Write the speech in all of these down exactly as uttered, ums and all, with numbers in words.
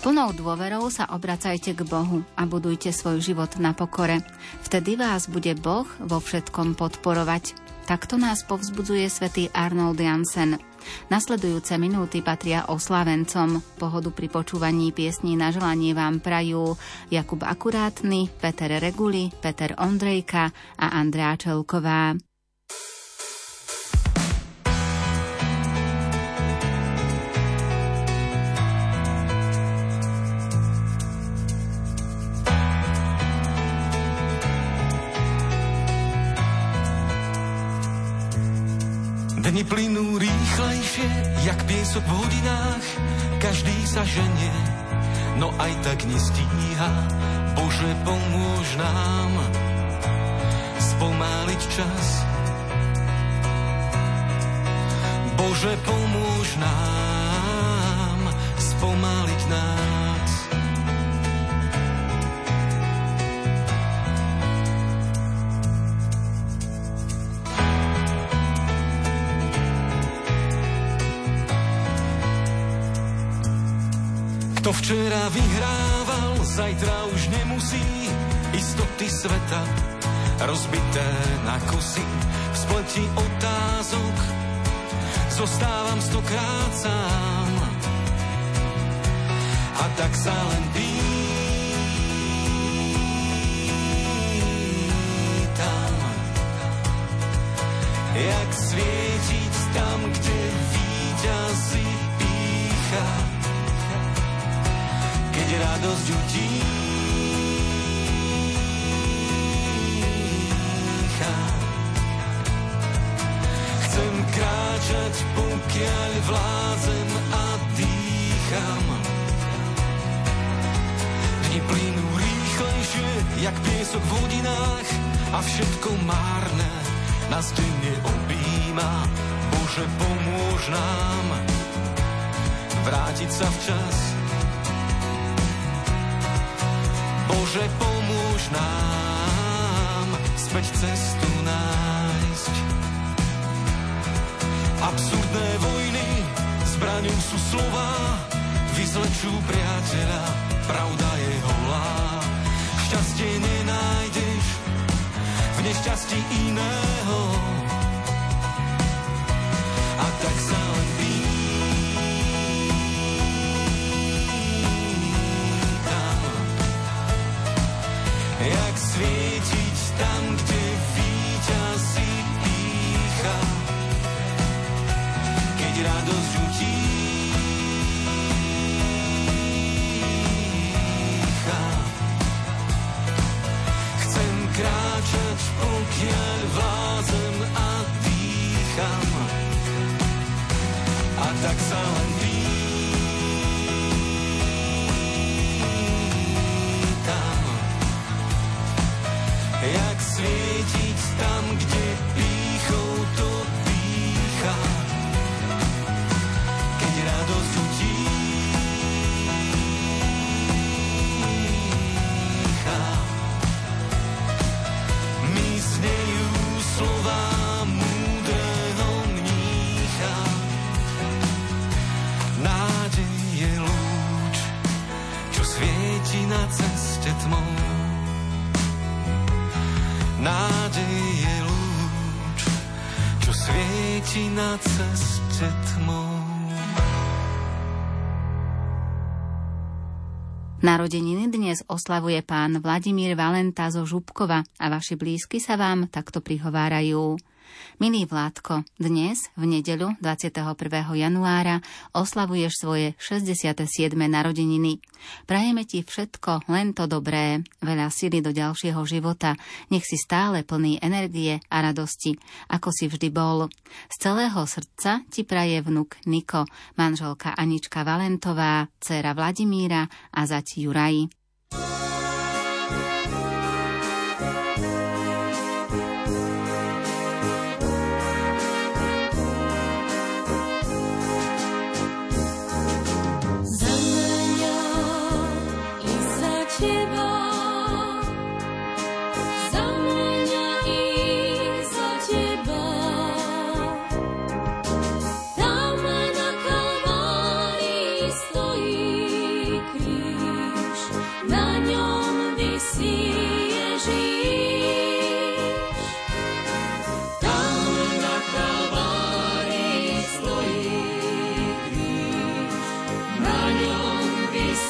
plnou dôverou sa obracajte k Bohu a budujte svoj život na pokore. Vtedy vás bude Boh vo všetkom podporovať. Takto nás povzbudzuje svätý Arnold Jansen. Nasledujúce minúty patria oslávencom. Pohodu pri počúvaní piesní na želanie vám prajú Jakub Akurátny, Peter Reguli, Peter Ondrejka a Andrea Čelková. Dni plynú rýchlejšie, jak piesok v hodinách, každý sa ženie, no aj tak nestíha. Bože, pomôž nám spomáliť čas. Bože, pomôž nám spomáliť nás. Kto včera vyhrával, zajtra už nemusí. Istoty sveta rozbité na kusy. V spleti otázok zostávam stokrát sám. A tak sa len pýtam, jak svietiť tam, kde víťazí pýcha. Keď radosť utícha, chcem kráčať, pokiaľ vládzem a dýcham. Dni plynú rýchlejšie, jak piesok v hodinách, a všetko márne nás denne objíma. Bože, pomôž nám vrátiť sa včas. Bože, pomôž nám späť cestu nájsť. Absurdné vojny zbraňou sú slová, vyzlečú priateľa, pravda je holá. Šťastie nenájdeš v nešťastí iného. A tak sa len jak svietiť tam, kde víťazí pýcha. Keď radosť utícha, chcem kráčať, pokiaľ vládzem a dýcham. A tak sa len jak svietiť tam, kde pýchou to dýcha. Keď radosť utícha, mi znejú slová múdreho mnícha. Nádej je lúč, čo svieti na ceste tmou. Nádej je lúč, čo svieti na ceste tmou. Narodeniny dnes oslavuje pán Vladimír Valenta zo Župkova a vaši blízky sa vám takto prihovárajú. Milý Vládko, dnes, v nedeľu dvadsiateho prvého januára, oslavuješ svoje šesťdesiate siedme narodeniny. Prajeme ti všetko, len to dobré, veľa sily do ďalšieho života, nech si stále plný energie a radosti, ako si vždy bol. Z celého srdca ti praje vnuk Niko, manželka Anička Valentová, dcéra Vladimíra a zať Juraj. Stojí kríž.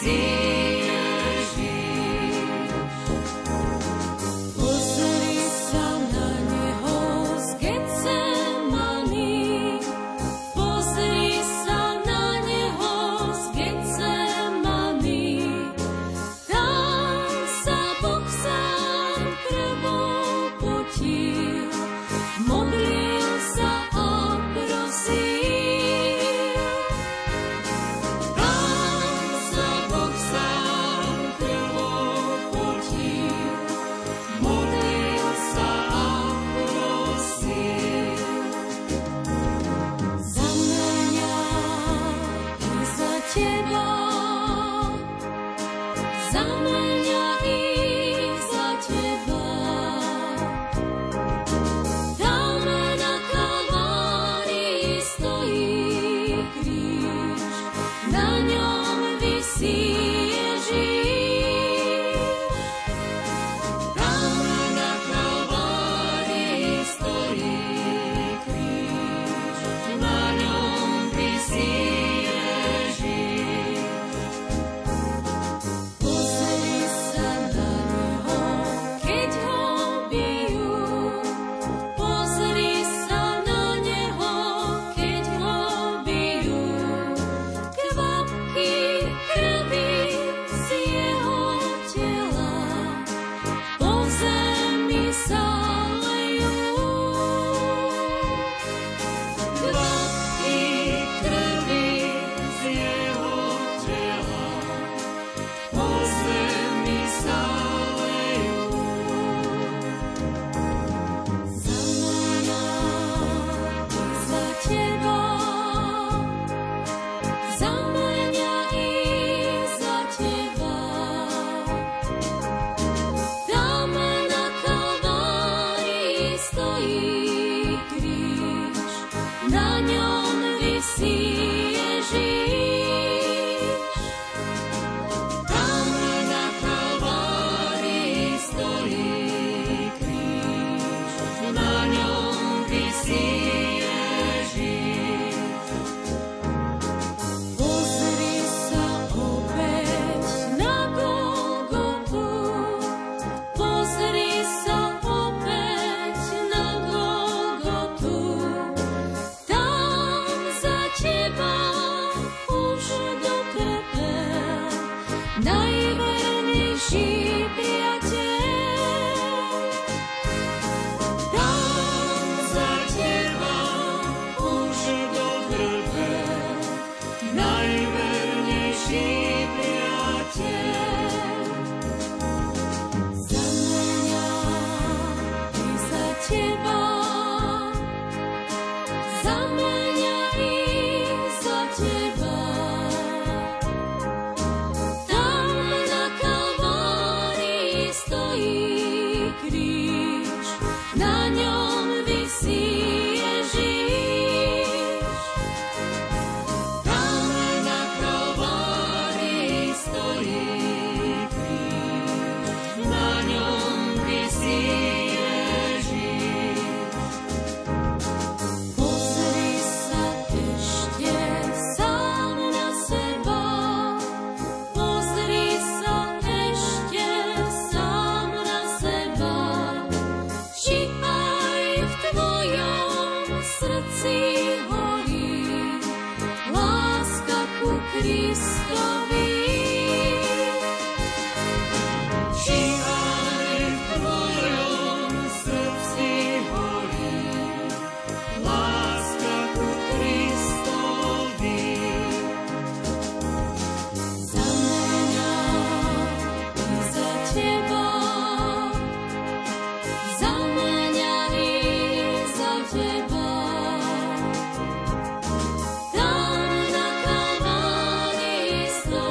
Tam na Kalvárii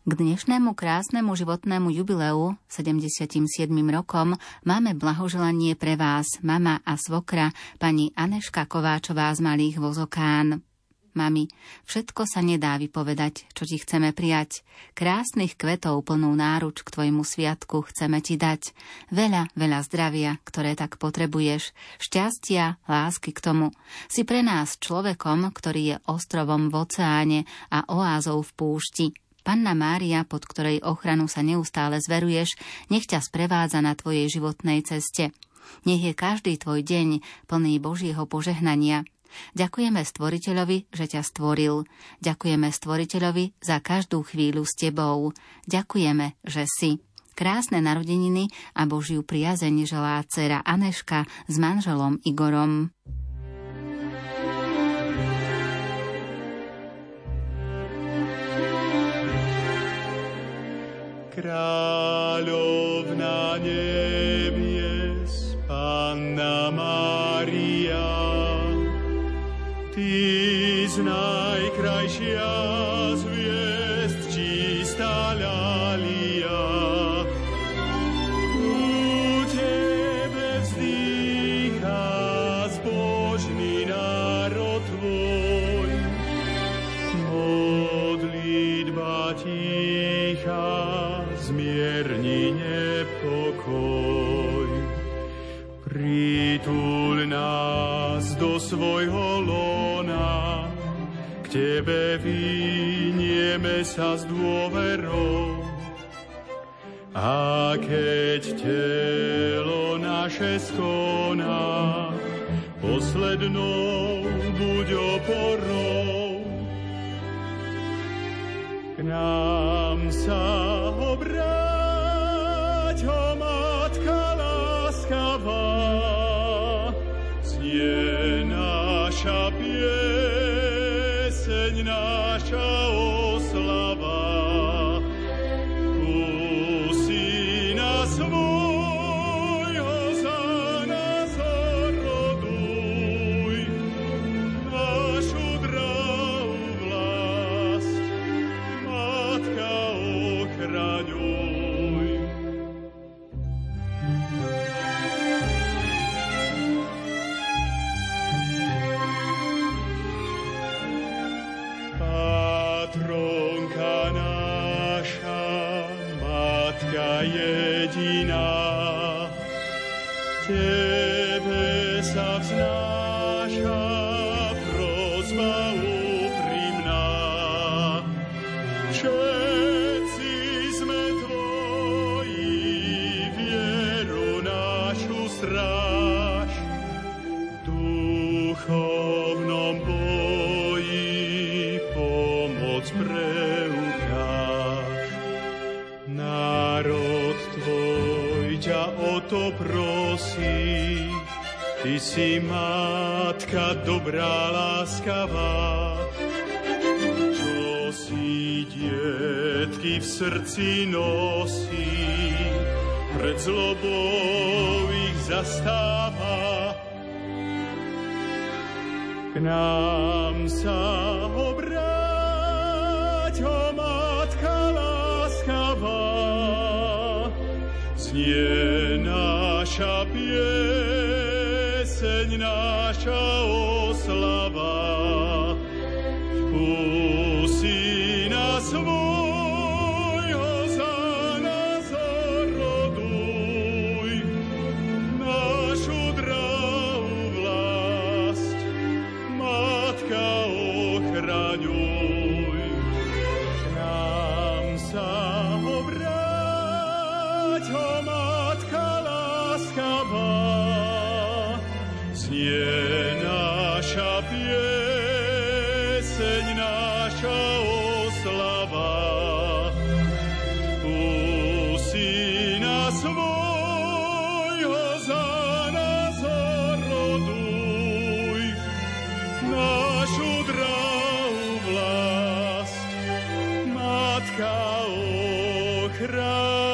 K dnešnému krásnemu životnému jubileu, sedemdesiatim siedmym rokom, máme blahoželanie pre vás, mama a svokra, pani Anežka Kováčová z Malých Vozokán. Mami, všetko sa nedá vypovedať, čo ti chceme prijať. Krásnych kvetov plnú náruč k tvojmu sviatku chceme ti dať. Veľa, veľa zdravia, ktoré tak potrebuješ. Šťastia, lásky k tomu. Si pre nás človekom, ktorý je ostrovom v oceáne a oázou v púšti. Panna Mária, pod ktorej ochranu sa neustále zveruješ, nech ťa sprevádza na tvojej životnej ceste. Nech je každý tvoj deň plný Božieho požehnania. Ďakujeme Stvoriteľovi, že ťa stvoril. Ďakujeme Stvoriteľovi za každú chvíľu s tebou. Ďakujeme, že si. Krásne narodeniny a Božiu priazeň želá dcéra Anežka s manželom Igorom. Kráľovna nebies, Panna Mária, Ty z najkrajšia zviezd, čistá ľalia. U Tebe vzdýcha zbožný národ Tvoj, modlitba ticha zmierni nepokoj. Prituľ nás do svojho lona, k Tebe vynieme sa s dôverou. A keď telo naše skoná, poslednou buď oporou. K nám sa obráť, o Matka láskavá, znie naša pieseň, naša oslava. U Syna svojho za nás oroduj, našu drahú vlast, Matka ochraňuj. Patronka naša, Matka jediná, Tebe sa vznáša prosba úprimná. Všetci sme Tvoji, vieru našu stráž, v duchovnom boji pomoc preukáž. Národ Tvoj ťa o to prosí, Ty si Matka dobrá, láskavá, čo si dietky v srdci nosí, pred zlobou ich zastáva. K nám sa obráť, o Matka láskavá, znie naša pieseň, naša oslava. U Syna svojho za nás oroduj, našu drahú vlast, Matka ochraňuj. K nám sa obráť, o Matka láskavá, znie naša pieseň, naša oslava. U Syna svojho za nás oroduj, našu drahú vlast, Matka ochraňuj.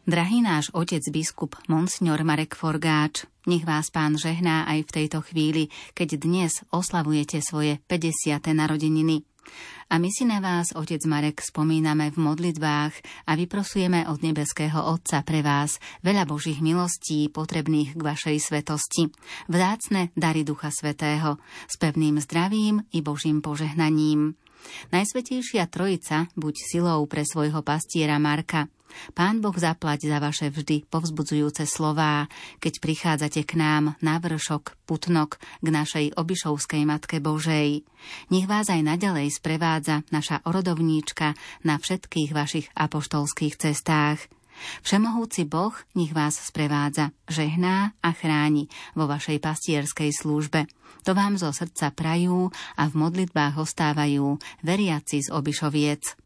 Drahý náš otec biskup Monsignor Marek Forgáč, nech vás Pán žehná aj v tejto chvíli, keď dnes oslavujete svoje päťdesiate narodeniny. A my si na vás, otec Marek, spomíname v modlitbách a vyprosujeme od nebeského Otca pre vás veľa Božích milostí potrebných k vašej svetosti, vzácne dary Ducha Svätého, s pevným zdravím i Božím požehnaním. Najsvätejšia Trojica buď silou pre svojho pastiera Marka. Pán Boh zaplať za vaše vždy povzbudzujúce slová, keď prichádzate k nám na vršok, putnok, k našej Obišovskej Matke Božej. Nech vás aj naďalej sprevádza naša orodovníčka na všetkých vašich apoštolských cestách. Všemohúci Boh nech vás sprevádza, žehná a chráni vo vašej pastierskej službe. To vám zo srdca prajú a v modlitbách ostávajú veriaci z Obišoviec.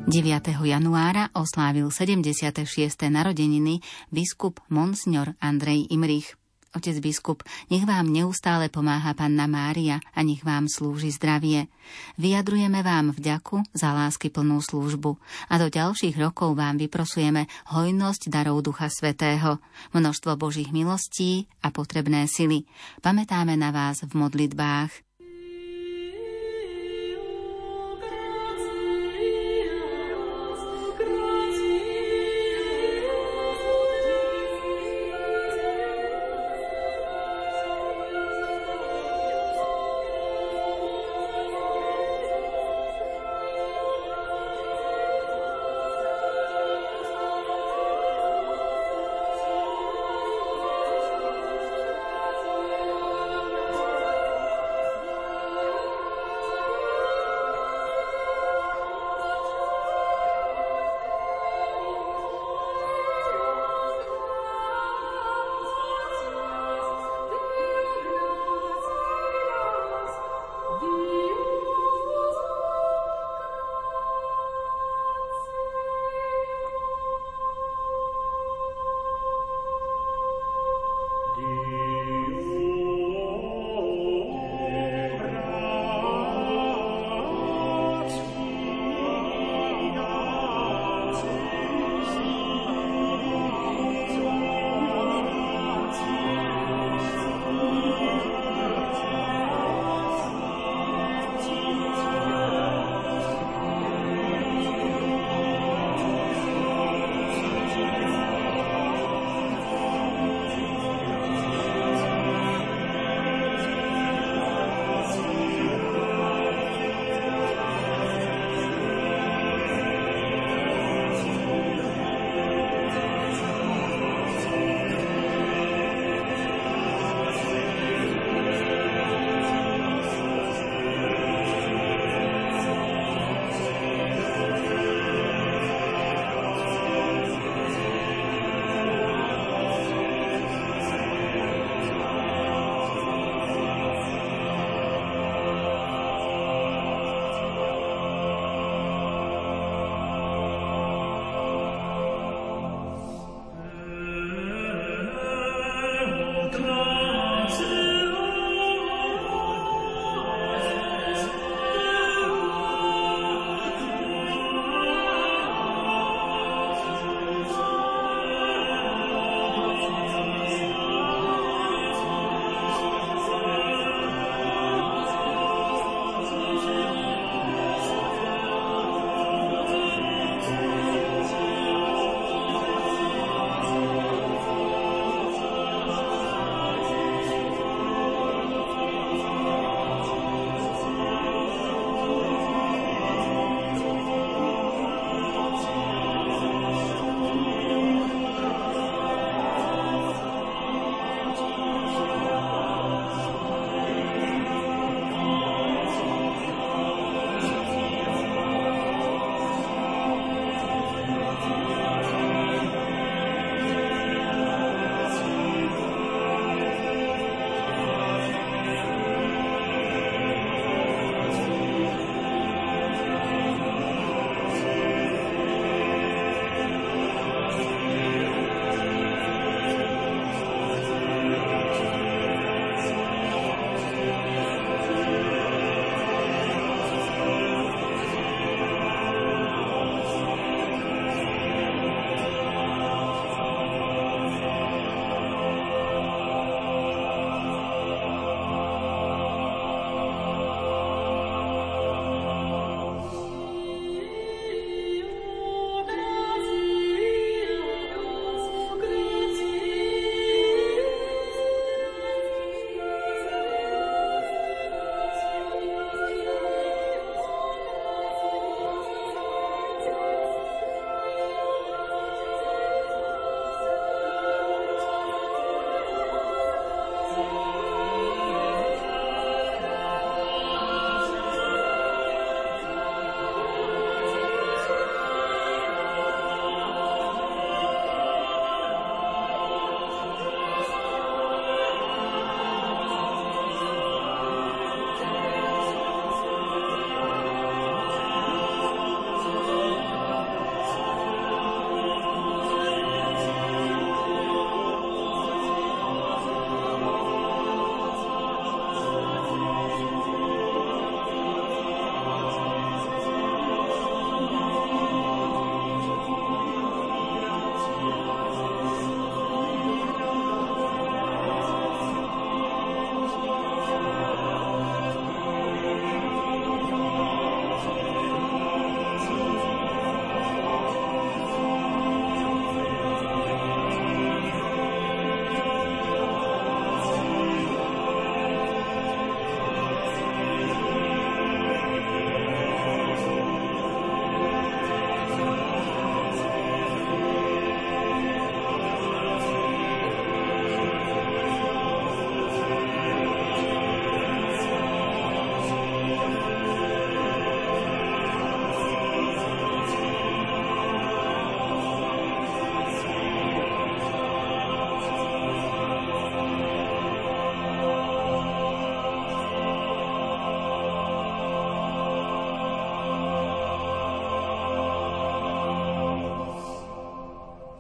deviateho januára oslávil sedemdesiate šieste narodeniny biskup Monsignor Andrej Imrich. Otec biskup, nech vám neustále pomáha Panna Mária a nech vám slúži zdravie. Vyjadrujeme vám vďaku za láskyplnú službu a do ďalších rokov vám vyprosujeme hojnosť darov Ducha Svätého, množstvo Božích milostí a potrebné sily. Pamätáme na vás v modlitbách.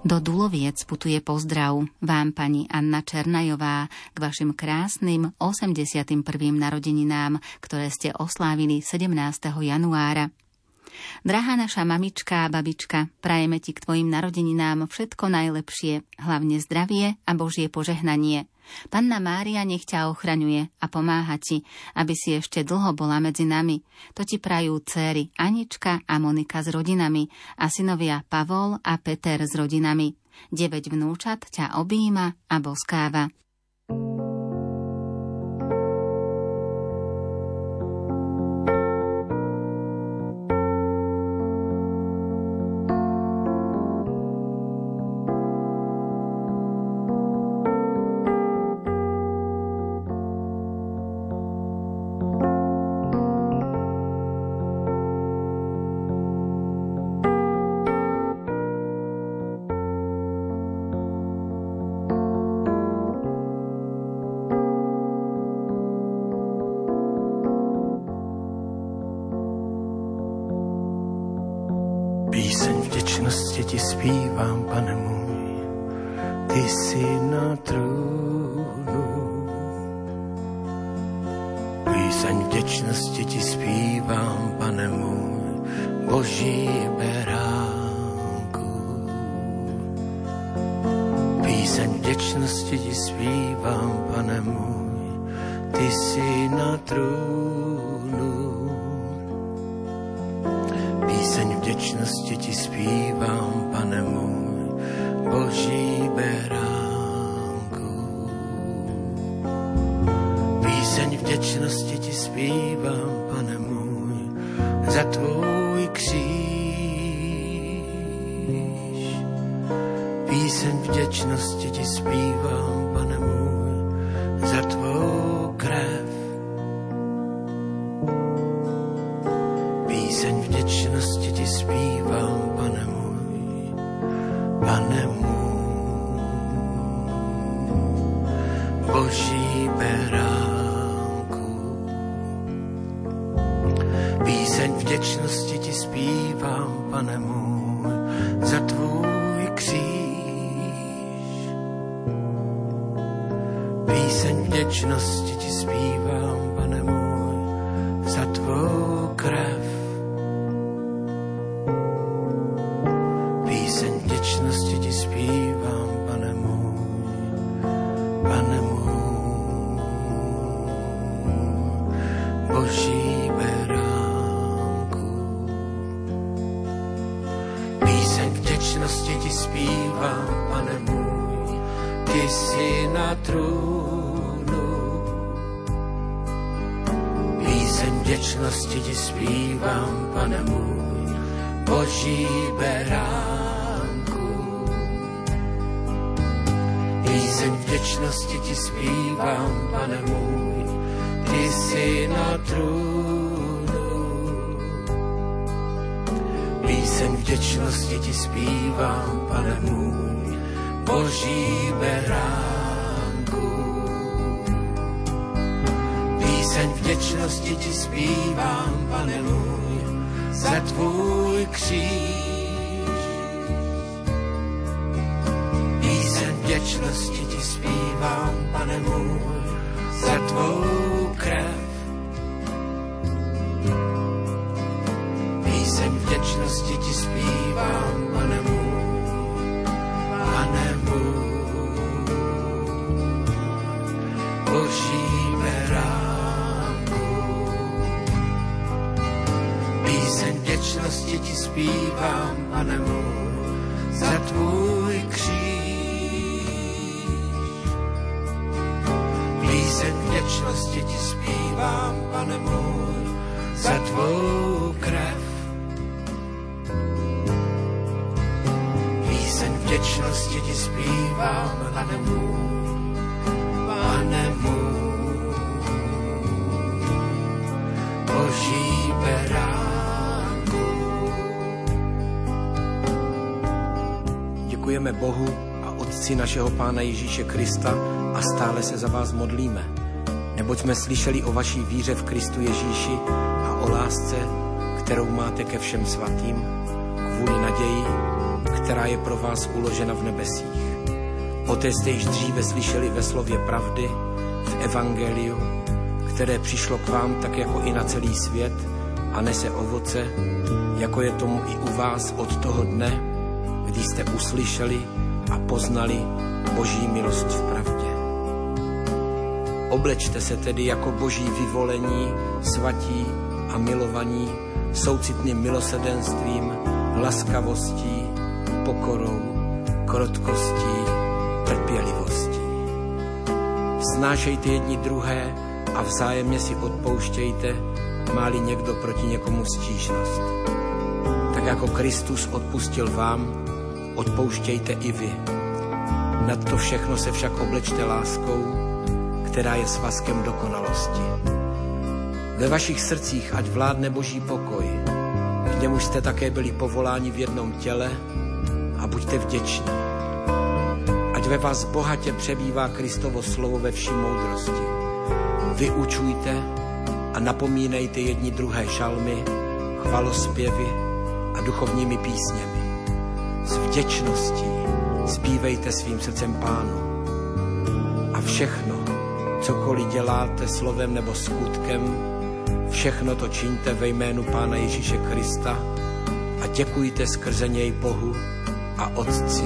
Do Duloviec putuje pozdrav vám, pani Anna Černajová, k vašim krásnym osemdesiatym prvým narodeninám, ktoré ste oslávili sedemnásteho januára. Drahá naša mamička a babička, prajeme ti k tvojim narodeninám všetko najlepšie, hlavne zdravie a Božie požehnanie. Panna Mária nech ťa ochraňuje a pomáha ti, aby si ešte dlho bola medzi nami. To ti prajú céry Anička a Monika s rodinami a synovia Pavol a Peter s rodinami. Deväť vnúčat ťa objíma a boskáva. Ti zpívám, Pane můj, ty jsi na trůnu. Píseň vděčnosti ti zpívám, Pane můj, Boží beránku. Píseň vděčnosti ti zpívám, Pane můj, ty jsi na trůnu. Píseň vděčnosti ti zpívám, Pane můj, Boží beránku. Píseň vděčnosti ti zpívám, Pane můj, za tvůj kříž. Píseň vděčnosti ti zpívám, Pane můj, za tvou krev. Píseň vděčnosti ti zpívám, Pane můj, Pane můj, Boží beránku. Píseň vděčnosti ti zpívám, Pane můj, za tvůj kříž. Píseň vděčnosti ti zpívám, Pane můj, za tvou krev. Vděčnosti ti zpívám, Pane můj, Pane můj, Boží beránku. Píseň vděčnosti ti zpívám, Pane můj, ty jsi na trůnu. Píseň vděčnosti ti zpívám, Pane můj, Boží beránku. Píseň vděčnosti ti zpívám, Pane můj, ty jsi na trůnu. Píseň vděčnosti ti zpívám, Pane můj, Boží beránku. Píseň vděčnosti ti zpívám, Pane můj, za tvůj kříž. Vděčnosti ti zpívám, Pane můj, za tvou krev. Píseň vděčnosti ti zpívám, Pane můj, Pane můj, Boží beránku. Píseň vděčnosti ti zpívám, Pane můj, za tvůj kříž. Píseň vděčnosti ti zpívám, Pane můj, za tvou krev. Píseň vděčnosti ti zpívám, Pane můj, Pane můj, Boží beránku. Děkujeme Bohu a Otci našeho Pána Ježíše Krista a stále se za vás modlíme. Neboť jsme slyšeli o vaší víře v Kristu Ježíši a o lásce, kterou máte ke všem svatým, kvůli naději, která je pro vás uložena v nebesích. O té jste již dříve slyšeli ve slově pravdy, v evangeliu, které přišlo k vám tak jako i na celý svět a nese ovoce, jako je tomu i u vás od toho dne, kdy jste uslyšeli a poznali Boží milost v pravdě. Oblečte se tedy jako Boží vyvolení, svatí a milovaní, soucitným milosrdenstvím, laskavostí, pokorou, krotkostí, trpělivostí. Snášejte jedni druhé a vzájemně si odpouštějte, má-li někdo proti někomu stížnost. Tak jako Kristus odpustil vám, odpouštějte i vy. Nad to všechno se však oblečte láskou, která je svazkem dokonalosti. Ve vašich srdcích ať vládne Boží pokoj, k němuž jste také byli povoláni v jednom těle, a buďte vděční. Ať ve vás bohatě přebývá Kristovo slovo ve vší moudrosti. Vyučujte a napomínejte jedni druhé žalmy, chvalospěvy a duchovními písněmi. S vděčností zpívejte svým srdcem Pánu. A všechno, cokoliv děláte slovem nebo skutkem, všechno to čiňte ve jménu Pána Ježíše Krista a děkujte skrze něj Bohu a Otci.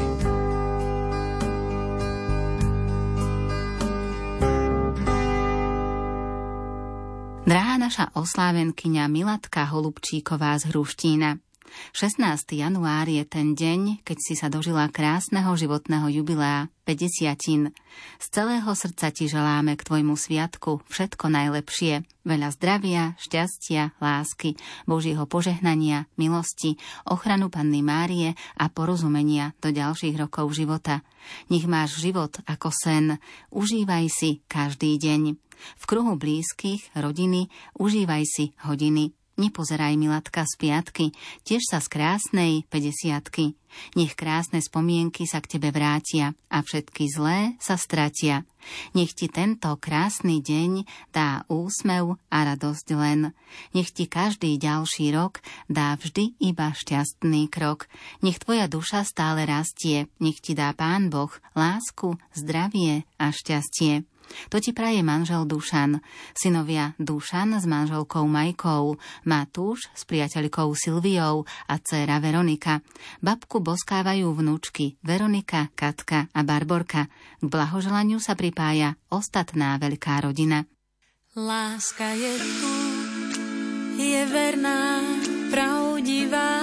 Drahá naša oslávenkyňa Milatka Holubčíková z Hruštína, šestnásteho január je ten deň, keď si sa dožila krásneho životného jubilea päťdesiatin. Z celého srdca ti želáme k tvojmu sviatku všetko najlepšie. Veľa zdravia, šťastia, lásky, Božieho požehnania, milosti, ochranu Panny Márie a porozumenia do ďalších rokov života. Nech máš život ako sen. Užívaj si každý deň. V kruhu blízkych, rodiny, užívaj si hodiny. Nepozeraj, Milatka, z piatky, tiež sa z krásnej päťdesiatky. Nech krásne spomienky sa k tebe vrátia a všetky zlé sa stratia. Nech ti tento krásny deň dá úsmev a radosť len. Nech ti každý ďalší rok dá vždy iba šťastný krok. Nech tvoja duša stále rastie, nech ti dá Pán Boh lásku, zdravie a šťastie. To ti praje manžel Dušan, synovia Dušan s manželkou Majkou, Matúš s priateľkou Silviou a dcéra Veronika. Babku boskávajú vnúčky Veronika, Katka a Barborka. K blahoželaniu sa pripája ostatná veľká rodina. Láska je tu, je verná, pravdivá.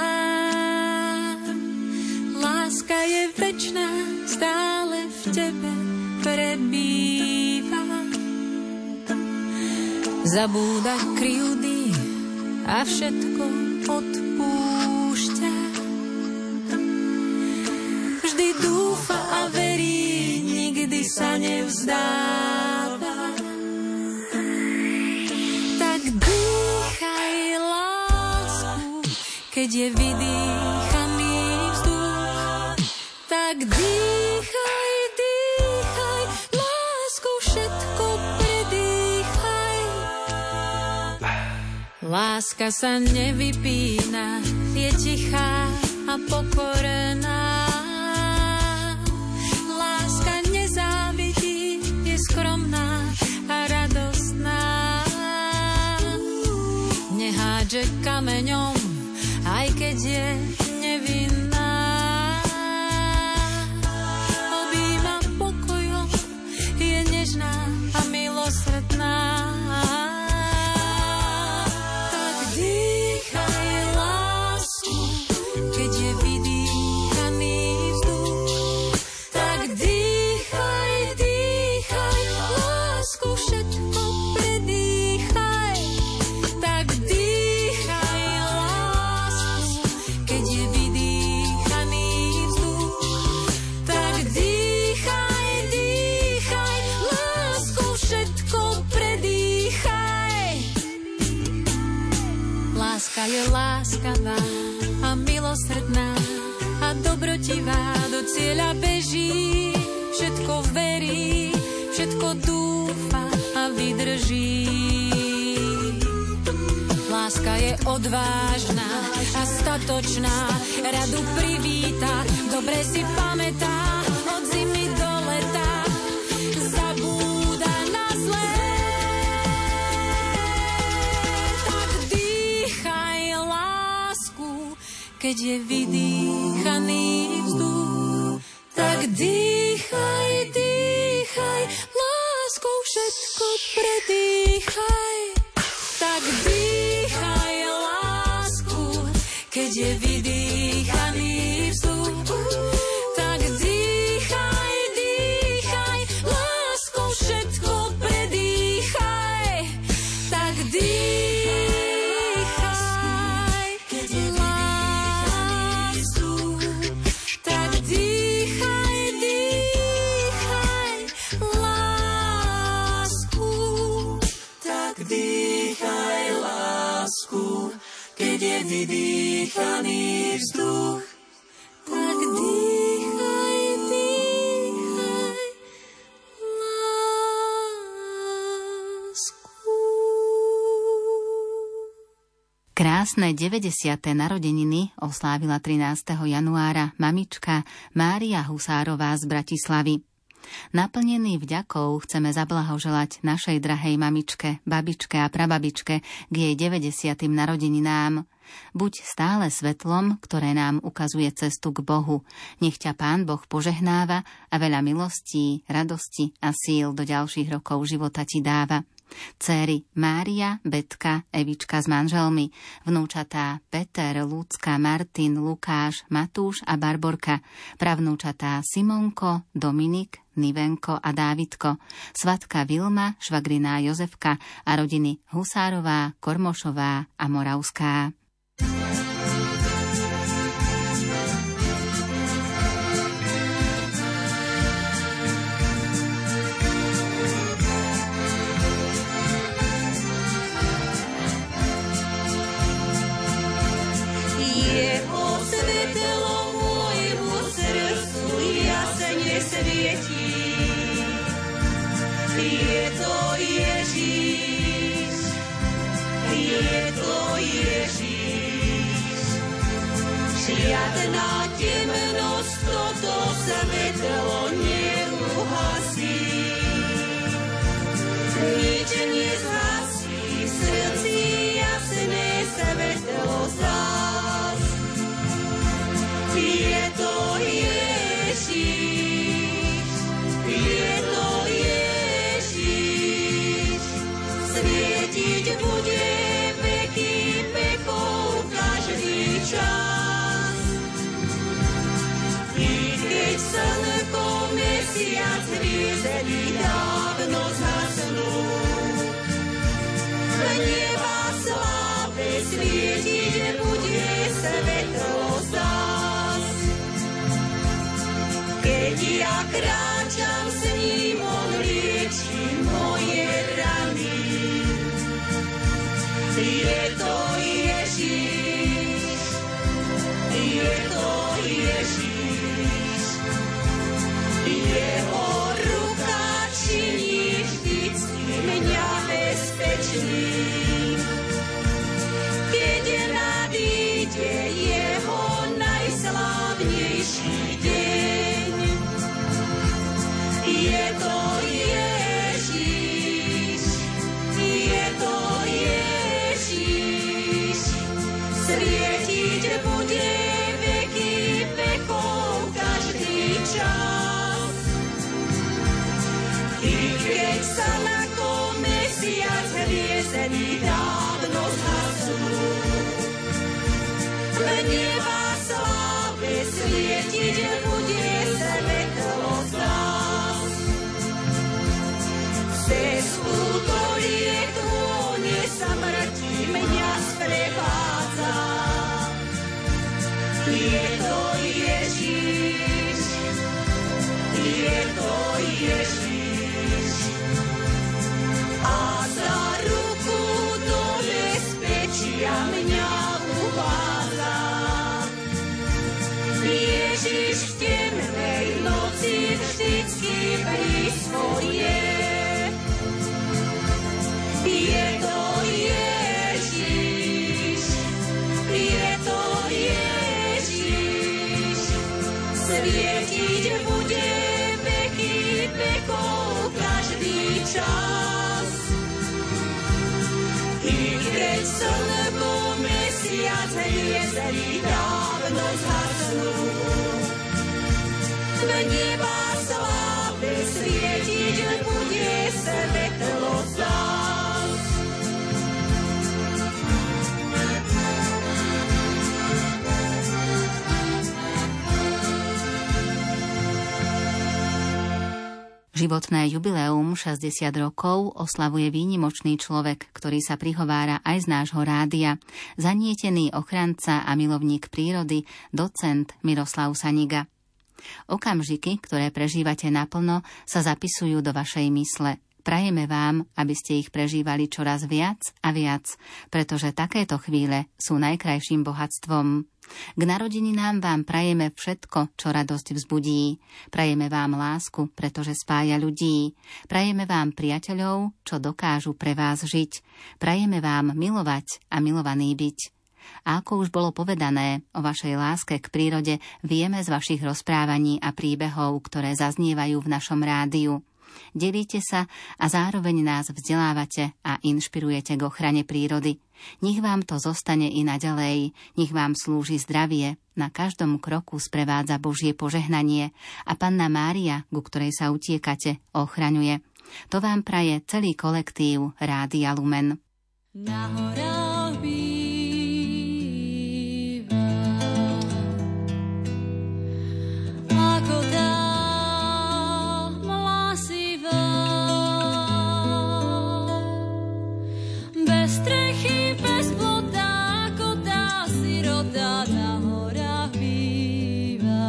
Láska je večná, stále v tebe prebýva. Zabúda krivdy a všetko odpúšťa. Vždy dúfa a verí, nikdy sa nevzdáva. Tak dýchaj lásku, keď je vydýchaný vzduch. Tak dýchaj, láska sa nevypína, je tichá a pokorená. Láska nezávidí, je skromná a radostná. Nehádže kameňom, aj keď je nevinná. Objíma pokojom, je nežná a milosrdná. Je láskavá a milosrdná a dobrotivá, do cieľa beží, všetko verí, všetko dúfa a vydrží. Láska láska je odvážna a statočná, radu privíta, dobre si pamätá, od zimy do leta zabúda na zlé. Tak dýchaj lásku, keď je vydýchaný vzduch. Tak dýchaj, dýchaj, láskou všetko predýchaj. Tak dýchaj lásku, keď je vydýchaný vzduch. Tak dýchaj, dýchaj, láskou všetko predýchaj. Tak dýchaj, keď je vydýchaný vzduch. Tak dýchaj, dýchaj lásku. Tak dýchaj lásku, keď je vydýchaný vzduch. Tak dýchaj, dýchaj lásku. Krásne deväťdesiate narodeniny oslávila trinásteho januára mamička Mária Husárová z Bratislavy. Naplnený vďakou chceme zablahoželať našej drahej mamičke, babičke a prababičke k jej deväťdesiatym narodeninám. Buď stále svetlom, ktoré nám ukazuje cestu k Bohu. Nech ťa Pán Boh požehnáva a veľa milostí, radosti a síl do ďalších rokov života ti dáva. Céry Mária, Betka, Evička s manželmi, vnúčatá Peter, Lucka, Martin, Lukáš, Matúš a Barborka, pravnúčatá Simonko, Dominik, Nivenko a Dávidko, svatka Vilma, švagriná Jozefka a rodiny Husárová, Kormošová a Moravská. Jeho svetlo môjmu srdcu jasne svietí. Je to Ježíš, je to Ježíš. Žiadna temnosť toto svetlo neuhasí. Nič nezhasí v srdci jasné svetlo zás. Je to Ježíš, je to Ježíš. Svietiť bude veky vekov každý čas. I keď slnko, mesiac, hviezdy dávno zhasnú, v neba sláve svietiť bude svetlo zás. Keď ja kráčam s ním, on liečí moje rany. Je to Ježíš, je to Ježíš. Jeho ruka činí vždycky mňa bezpečným. Keď nadíde jeho najslávnejší deň, je to Ježíš, je to Ježíš. Svietiť bude veky vekov každý čas. I keď slnko, mesiac, hviezdy dávno zhasnú, v neba sláve svietiť bude svetlo zás. Cez údolie tône smrti mňa sprevádza. Je to Ježíš, je to Ježíš. A za ruku do bezpečia mňa uvádza. Ježíš v temnej noci vždycky blízko je. Je to Ježíš, veď slnko, mesiac, hviezdy dávno zhasnú. Veď neba slávy svietiť bude svetlo zás. Životné jubileum šesťdesiat rokov oslavuje výnimočný človek, ktorý sa prihovára aj z nášho rádia. Zanietený ochranca a milovník prírody, docent Miroslav Saniga. Okamžiky, ktoré prežívate naplno, sa zapisujú do vašej mysle. Prajeme vám, aby ste ich prežívali čoraz viac a viac, pretože takéto chvíle sú najkrajším bohatstvom. K narodeninám vám prajeme všetko, čo radosť vzbudí. Prajeme vám lásku, pretože spája ľudí. Prajeme vám priateľov, čo dokážu pre vás žiť. Prajeme vám milovať a milovaný byť. A ako už bolo povedané, o vašej láske k prírode vieme z vašich rozprávaní a príbehov, ktoré zaznievajú v našom rádiu. Delíte sa a zároveň nás vzdelávate a inšpirujete k ochrane prírody. Nech vám to zostane i naďalej, nech vám slúži zdravie, na každom kroku sprevádza Božie požehnanie a Panna Mária, ku ktorej sa utiekate, ochraňuje. To vám praje celý kolektív Rádia Lumen. Na horách býva ako tá mlasivá, bez strechy, bez plota, ako tá sirota na horách býva.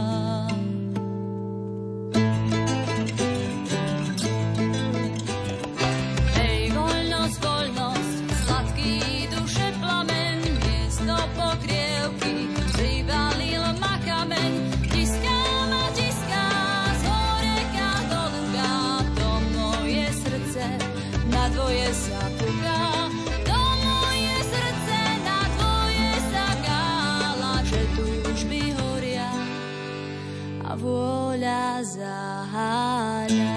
Hej, voľnosť, voľnosť, sladký duše plamen, miesto pokrievky privalil ma kameň. Tiskám a tiská, z horeka dolúka, to moje srdce na dvoje sa puká. To moje srdce na dvoje sa kála, že túžby horia a vôľa zaháľa.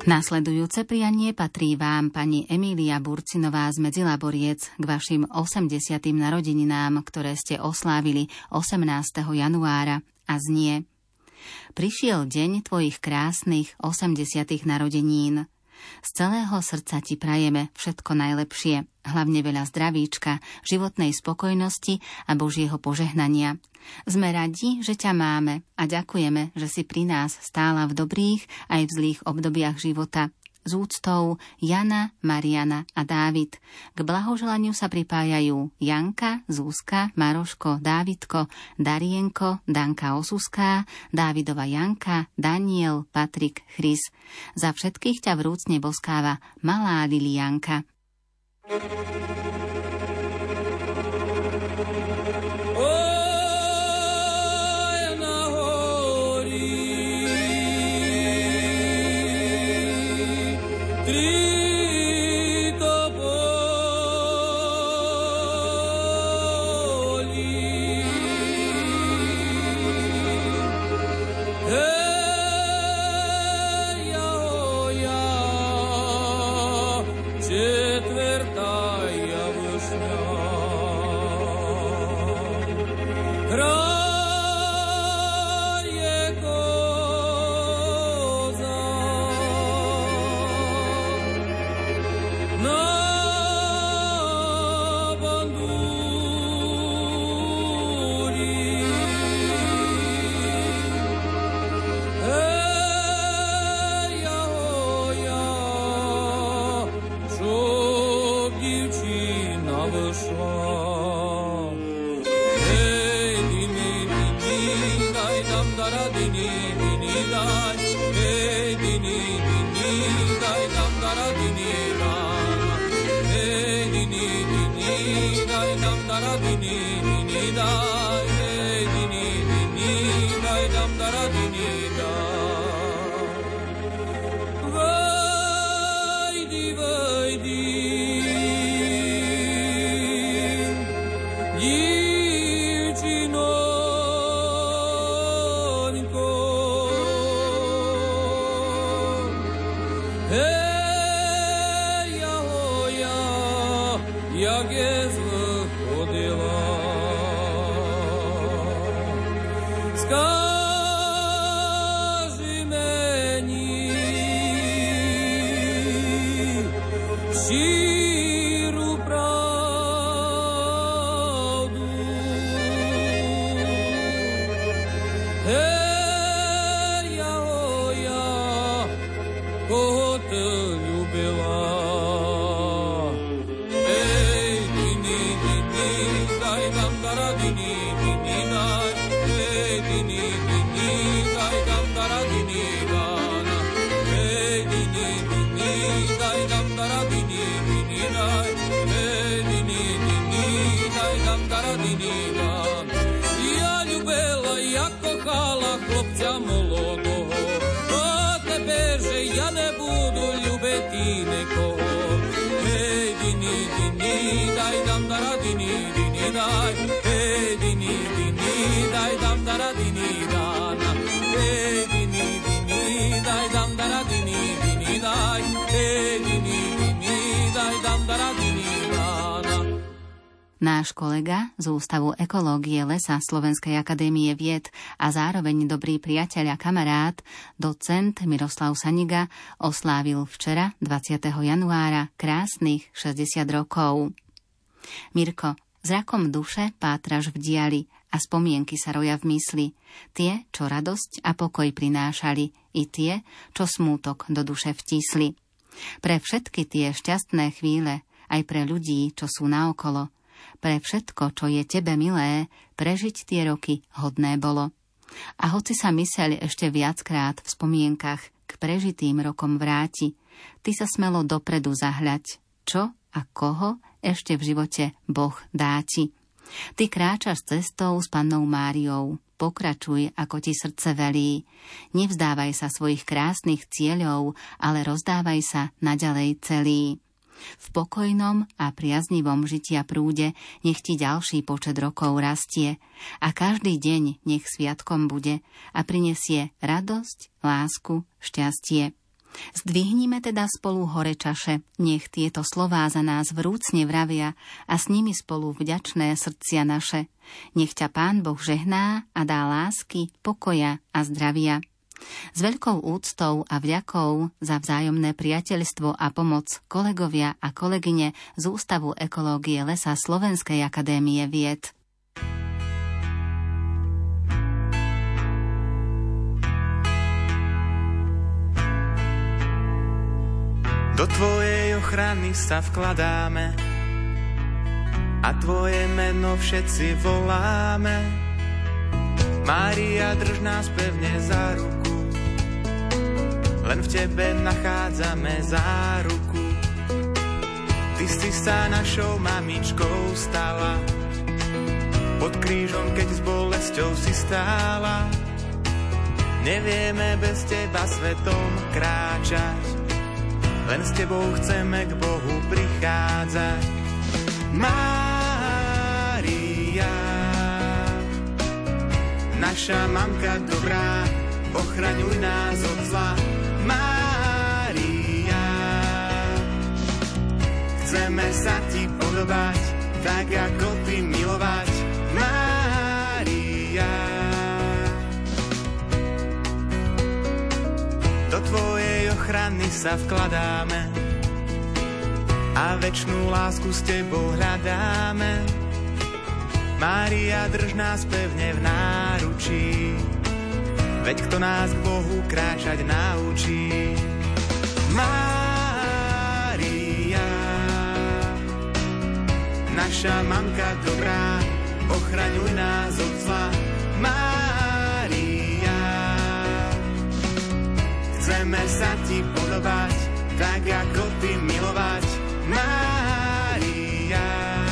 Nasledujúce prianie patrí vám, pani Emília Burcinová z Medzilaboriec, k vašim osemdesiatym narodeninám, ktoré ste oslávili osemnásteho januára, a znie: Prišiel deň tvojich krásnych osemdesiatych narodenín. Z celého srdca ti prajeme všetko najlepšie, hlavne veľa zdravíčka, životnej spokojnosti a Božieho požehnania. Sme radi, že ťa máme a ďakujeme, že si pri nás stála v dobrých aj v zlých obdobiach života. S úctou Jana, Mariana a Dávid. K blahoželaniu sa pripájajú Janka, Zuzka, Maroško, Dávidko, Darienko, Danka Osuská, Dávidova Janka, Daniel, Patrik, Chris. Za všetkých ťa vrúcne boskáva malá Lilianka. Náš kolega z Ústavu ekológie lesa Slovenskej akadémie vied a zároveň dobrý priateľ a kamarát, docent Miroslav Saniga, oslávil včera, dvadsiateho januára, krásnych šesťdesiat rokov. Mirko, zrakom duše pátraš v diali a spomienky sa roja v mysli. Tie, čo radosť a pokoj prinášali, i tie, čo smútok do duše vtísli. Pre všetky tie šťastné chvíle, aj pre ľudí, čo sú naokolo, pre všetko, čo je tebe milé, prežiť tie roky hodné bolo. A hoci sa myseľ ešte viackrát v spomienkach k prežitým rokom vráti, ty sa smelo dopredu zahľať, čo a koho ešte v živote Boh dá ti. Ty kráčaš cestou s Pannou Máriou, pokračuj, ako ti srdce velí. Nevzdávaj sa svojich krásnych cieľov, ale rozdávaj sa naďalej celý. V pokojnom a priaznivom žitia prúde nech ti ďalší počet rokov rastie a každý deň nech sviatkom bude a prinesie radosť, lásku, šťastie. Zdvihnime teda spolu hore čaše, nech tieto slová za nás vrúcne vravia a s nimi spolu vďačné srdcia naše. Nech ťa Pán Boh žehná a dá lásky, pokoja a zdravia. S veľkou úctou a vďakou za vzájomné priateľstvo a pomoc kolegovia a kolegyne z Ústavu ekológie lesa Slovenskej akadémie vied. Do tvojej ochrany sa vkladáme a tvoje meno všetci voláme. Mária, drž nás pevne za ruku, len v tebe nachádzame záruku. Ty si sa našou mamičkou stala, pod krížom, keď s bolesťou si stála. Nevieme bez teba svetom kráčať, len s tebou chceme k Bohu prichádzať. Mária, naša mamka dobrá, ochraňuj nás od zla. Mária, chceme sa ti podobať, tak ako ty milovať. Mária, do tvojej ochrany sa vkladáme a večnú lásku s tebou hľadáme. Mária, drž nás pevne v náručí, veď kto nás k Bohu kráčať naučí. Mária, naša mamka dobrá, ochraňuj nás od zla. Mária, chceme sa ti podobať, tak ako ty milovať. Mária,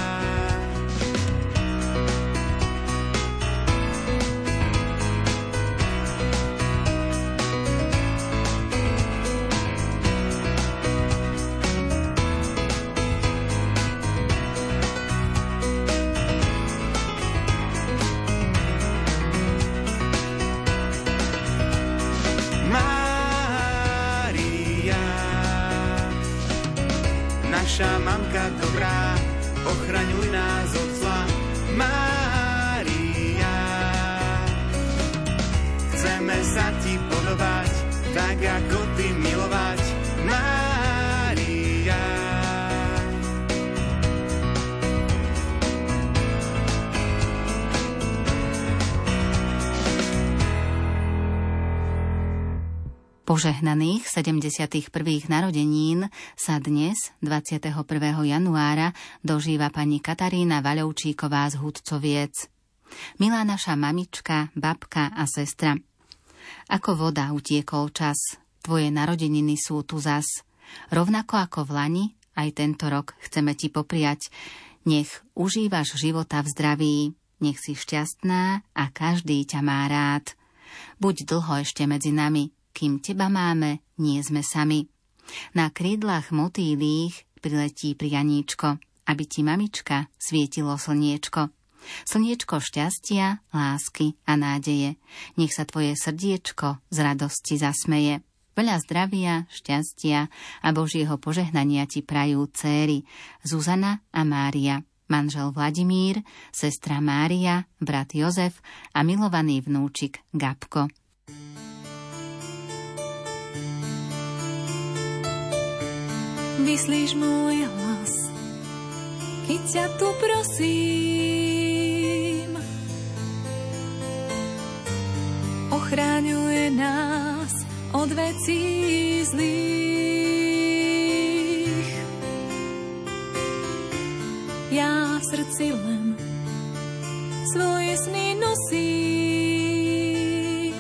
naša mamka dobrá, ochraňuj nás od zla. Mária, chceme sa ti podobať, tak ako ty milovať. Mária, Požehnaných sedemdesiatych prvých narodenín sa dnes, dvadsiateho prvého januára, dožíva pani Katarína Vaľovčíková z Hudcoviec. Milá naša mamička, babka a sestra, ako voda utiekol čas, tvoje narodeniny sú tu zas. Rovnako ako v lani, aj tento rok chceme ti popriať. Nech užívaš života v zdraví, nech si šťastná a každý ťa má rád. Buď dlho ešte medzi nami, kým teba máme, nie sme sami. Na krídlach motýlých priletí prianíčko, aby ti mamička svietilo slniečko. Slniečko šťastia, lásky a nádeje. Nech sa tvoje srdiečko z radosti zasmeje. Veľa zdravia, šťastia a Božieho požehnania ti prajú céry Zuzana a Mária, manžel Vladimír, sestra Mária, brat Jozef a milovaný vnúčik Gabko. Vyslíš môj hlas, keď ťa tu prosím. Ochráňuje nás od vecí zlých. Ja v srdci len svoje sny nosím.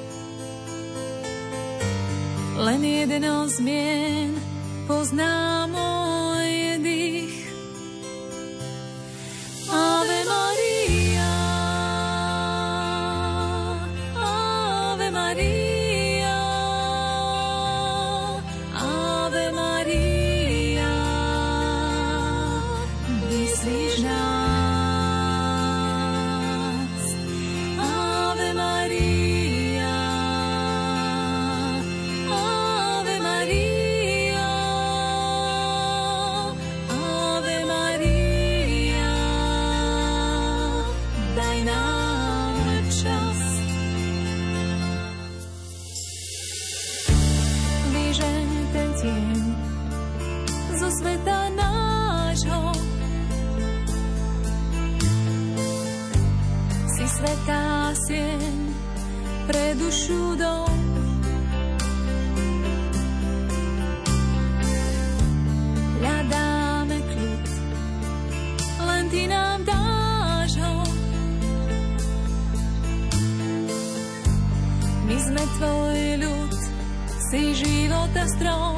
Len jeden zmien pozná môj dých. Ave Maria, Ave Maria, Ave Maria, vyslíš nás. Ave Maria, Ave Maria, pieseň pre dušu dom. Hľadáme kľud, len ty nám dáš ho. My sme tvoj ľud, si života strom.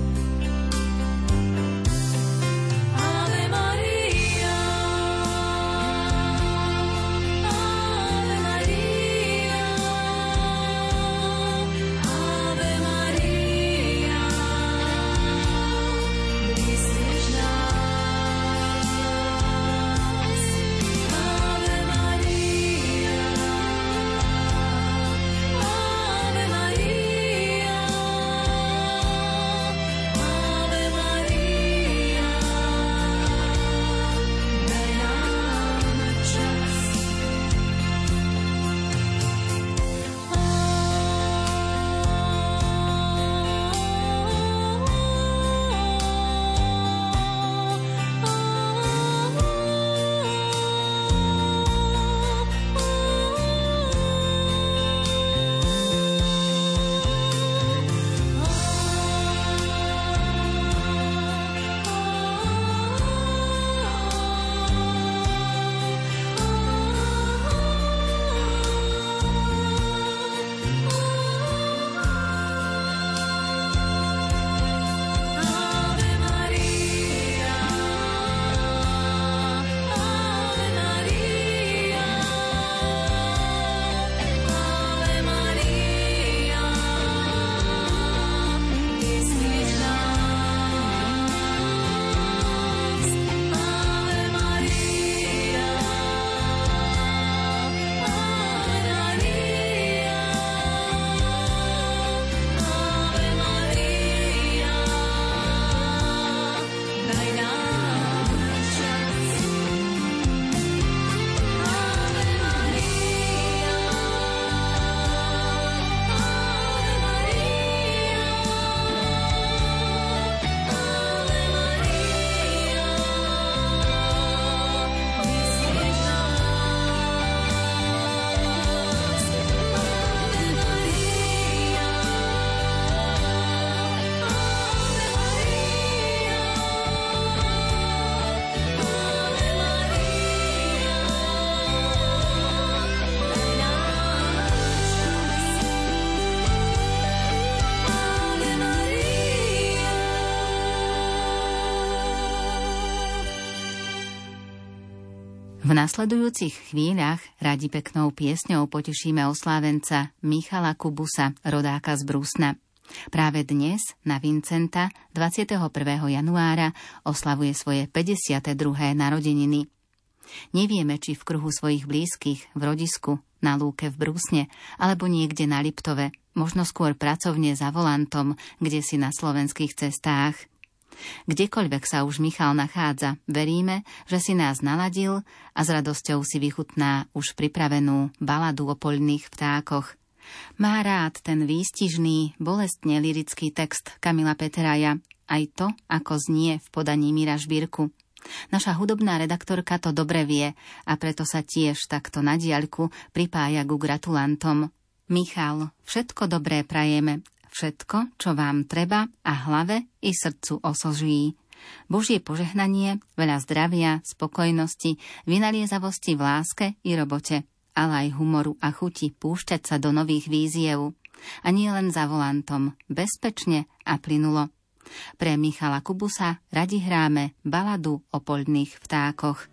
V nasledujúcich chvíľach radi peknou piesňou potešíme oslávenca Michala Kubusa, rodáka z Brusna. Práve dnes, na Vincenta, dvadsiateho prvého januára, oslavuje svoje päťdesiate druhé narodeniny. Nevieme, či v kruhu svojich blízkych, v rodisku, na lúke v Brusne, alebo niekde na Liptove, možno skôr pracovne za volantom, kde si na slovenských cestách. Kdekoľvek sa už Michal nachádza, veríme, že si nás naladil a s radosťou si vychutná už pripravenú baladu o poľných vtákoch. Má rád ten výstižný, bolestne lyrický text Kamila Peteraja, aj to, ako znie v podaní Míra Žbírku. Naša hudobná redaktorka to dobre vie a preto sa tiež takto na diaľku pripája ku gratulantom. Michal, všetko dobré prajeme. Všetko, čo vám treba a hlave i srdcu osoží. Božie požehnanie, veľa zdravia, spokojnosti, vynaliezavosti v láske i robote, ale aj humoru a chuti púšťať sa do nových víziev. A nie len za volantom, bezpečne a plynulo. Pre Michala Kubusa radi hráme baladu o poľných vtákoch.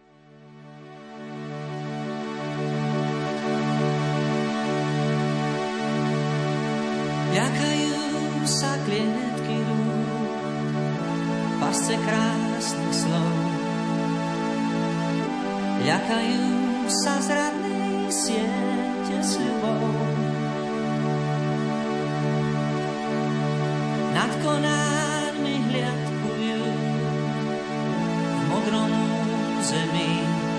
Ľakajú sa klietky rúk, pasce krásnych slov. Ľakajú sa z rannej siete sľubov. Nad konármi hliadkujú v modrom zemi,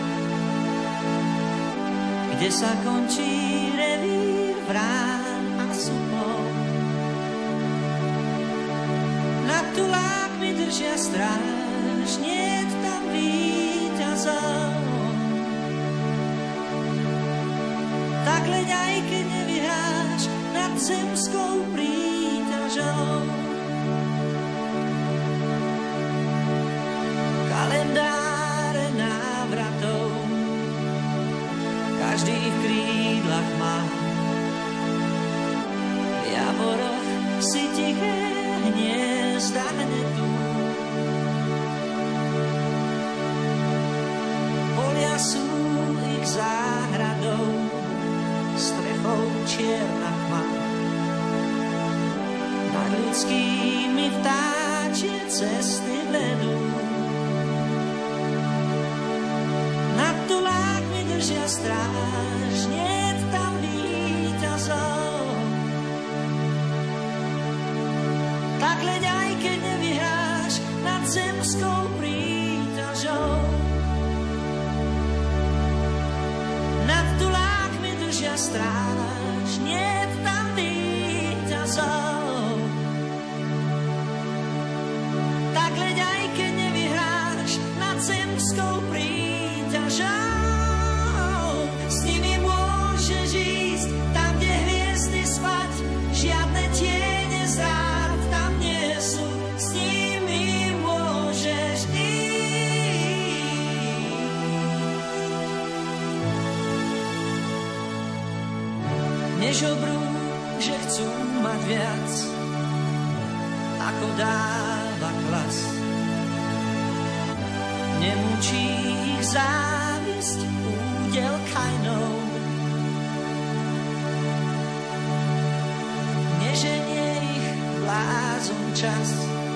kde sa končí revír vrán a supov. Nad tulákmi držia stráž, niet tam víťazov. keď nevyháš nad zemskou príťažou. Kalendáre návratov každý v krídlach má. V javoroch si tiché hniezda hnetú. Polia sú ich záhradou, strechou čierna tma. Nad ľudskými vtáčie cesty vedú. Nad tulákmi držia stráž, niet tam víťazov. Tak hleď aj keď nevyhráš nad zemskou príťažou. Nad tulákmi držia stráž, niet tam víťazov. Tak hleď aj keď nevyhráš nad zemskou príťažou. S nimi môžeš ísť tam, kde hviezdy spať, žiadne tiene zrád tam nie sú. S nimi môžeš ísť. Nežobrú, že chcú mať viac, ako dáva klas. Nemučí ich závisť údel Kainov. Neženie ich blázon čas,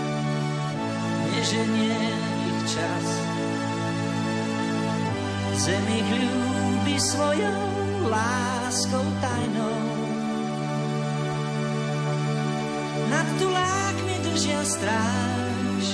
neženie ich čas. Zem ich ľúbi svojou láskou tajnou. Nad tulákmi držia stráž.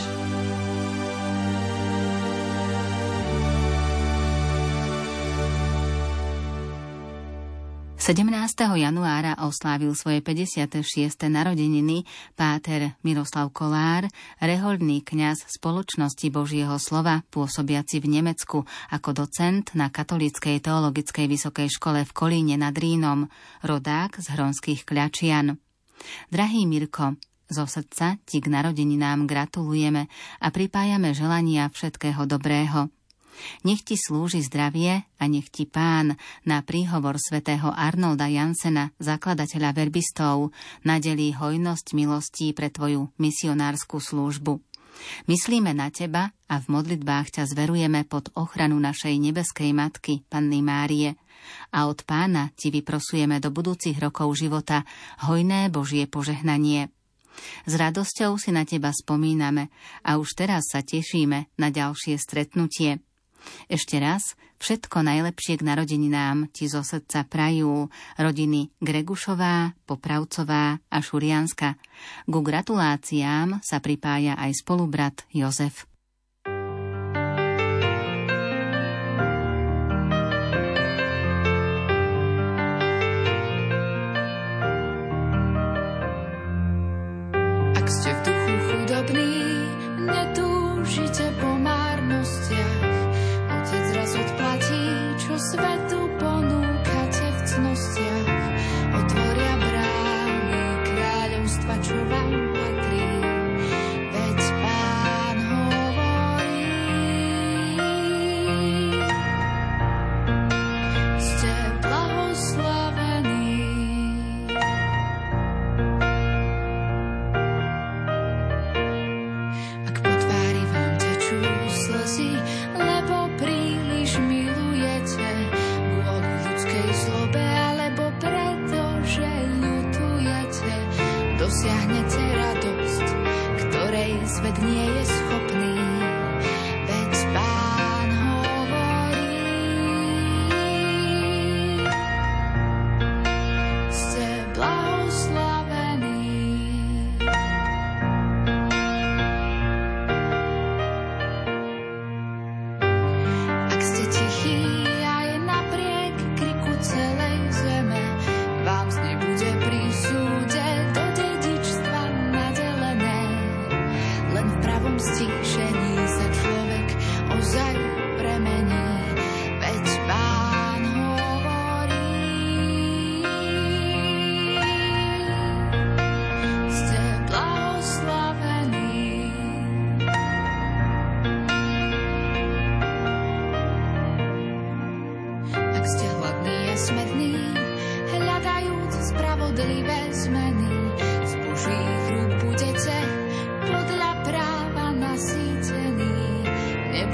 sedemnásteho januára oslávil svoje päťdesiate šieste narodeniny páter Miroslav Kolár, rehoľný kňaz Spoločnosti Božieho slova, pôsobiaci v Nemecku ako docent na Katolíckej teologickej vysokej škole v Kolíne nad Rínom, rodák z Hronských Kľačian. Drahý Mirko, zo srdca ti k narodeninám gratulujeme a pripájame želania všetkého dobrého. Nech ti slúži zdravie a nech ti Pán na príhovor svätého Arnolda Jansena, zakladateľa verbistov, nadelí hojnosť milostí pre tvoju misionárskú službu. Myslíme na teba a v modlitbách ťa zverujeme pod ochranu našej nebeskej Matky, Panny Márie. A od Pána ti vyprosujeme do budúcich rokov života hojné Božie požehnanie. S radosťou si na teba spomíname a už teraz sa tešíme na ďalšie stretnutie. Ešte raz všetko najlepšie k narodeninám ti zo srdca prajú rodiny Gregušová, Popravcová a Šurianska. Ku gratuláciám sa pripája aj spolubrat Jozef. Ak ste v duchu chudobní, netúžite po márnostiach, Otec raz odplatí, čo svetu ponúkate v cnostiach. Otvoria brány kráľovstva, čo vám patrí, veď Pán hovorí. Ste blahoslavení. Ak po tvári vám tečú slzy, lebo príliš milujete kvôli ľudskej zlobe, alebo preto, že ľutujete, dosiahnete radosť, ktorej svet nie je schopný. Veď Pán hovorí. Ste blahoslavení. Ak ste tichí aj napriek kriku celej zeme, vám nebude pri súde do dedičstva nadelené. Len v pravom ste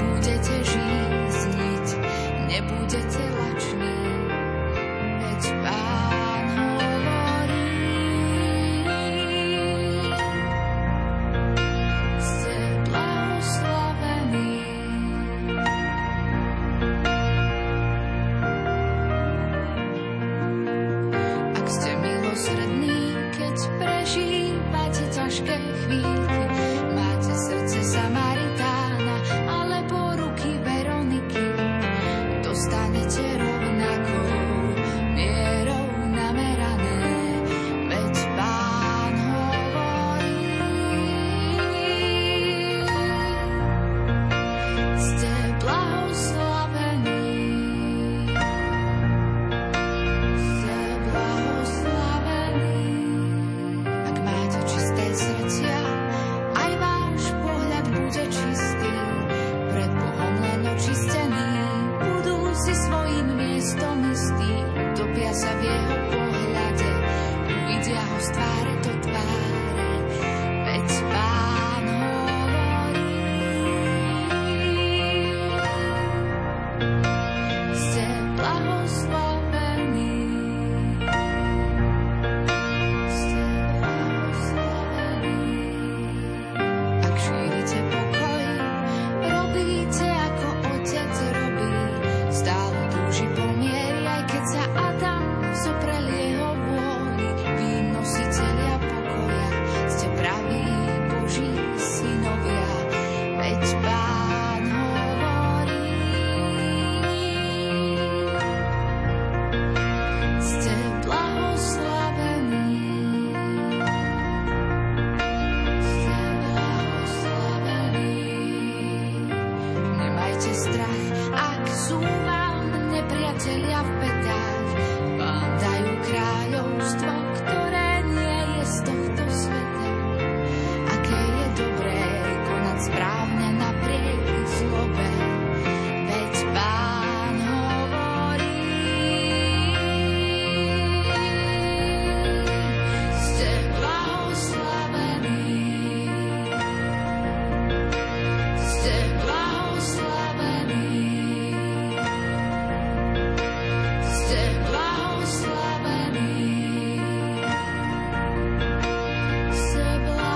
budete žízniť, nebudete lační, veď Pán hovorí. Ste blahoslavení. Ak ste milosrdní, keď prežívate ťažké chvíľky, máte srdce Samaritána alebo ruky Veroniky, dostanete rovnakou mierou namerané, veď Pán hovorí. Ste blahoslavení. Ste blahoslavení. Ak máte čisté srdcia, aj váš pohľad bude čistý, pred Bohom len očistený. Budú si svojím miestom istí, topia sa v jeho pohľade, uvidia ho z tváre do tváre, veď Pán hovorí. Ste blahoslavení. Ste blahoslavení. Ak šírite pokoj, robíte ako Otec robí. Stále túži po mieri, aj keď sa Adam zoprel jeho vôli. Vy nositelia pokoja, ste praví Boží synovia, veď Pán hovorí. Ste blahoslavení. Ste blahoslavení. Nemajte strach, ak sú vám nepriatelia v petách. Vám dajú kráľovstvo, ktoré nie je z tohto sveta. Aké je dobré konať správne napriek zlobe, veď Pán hovorí. Ste blahoslavení. Ste blahoslavení. Ste blahoslavení. Ste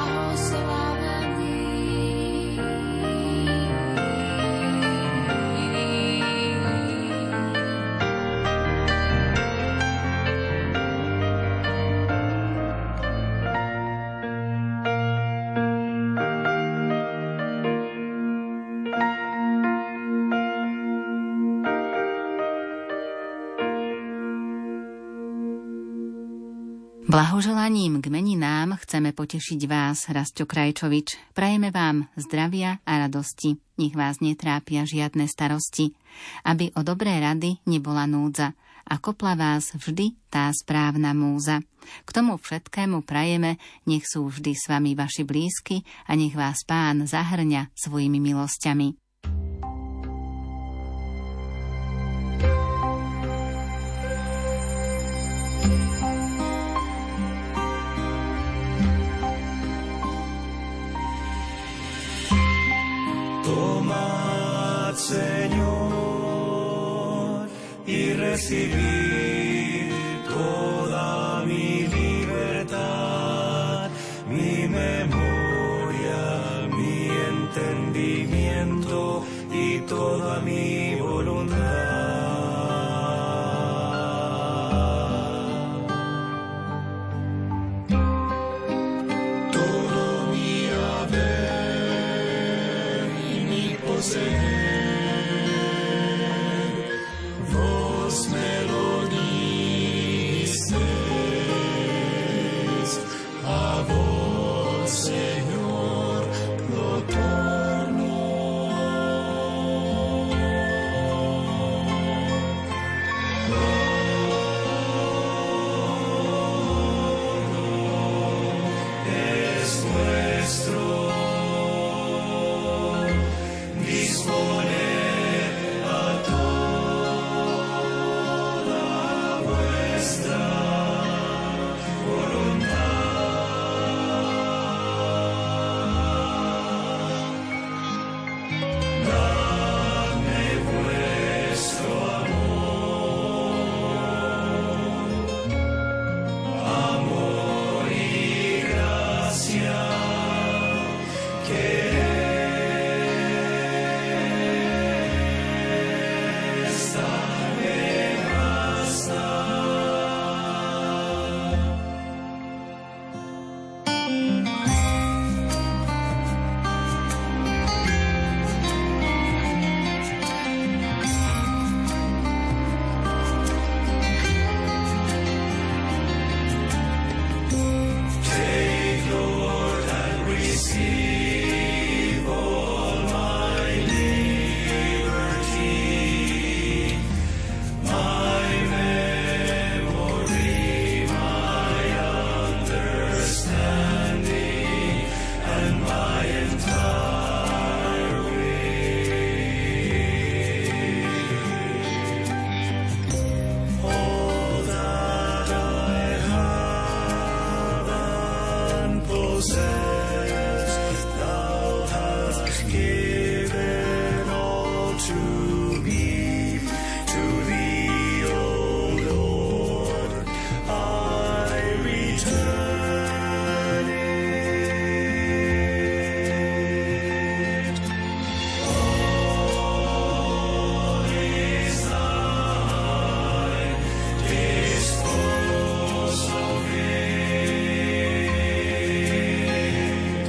Blahoželaním k meninám chceme potešiť vás, Rasťo Krajčovič. Prajeme vám zdravia a radosti. Nech vás netrápia žiadne starosti. Aby o dobré rady nebola núdza. A kopla vás vždy tá správna múza. K tomu všetkému prajeme, nech sú vždy s vami vaši blízky a nech vás Pán zahrňa svojimi milosťami. Tomad, Señor, y recibid toda mi libertad, mi memoria, mi entendimiento y toda mi voluntad. Todo mi haber y mi poseer. Señor, lo torno. to give to thee, O Lord, I return it. All is thine, dispose of it.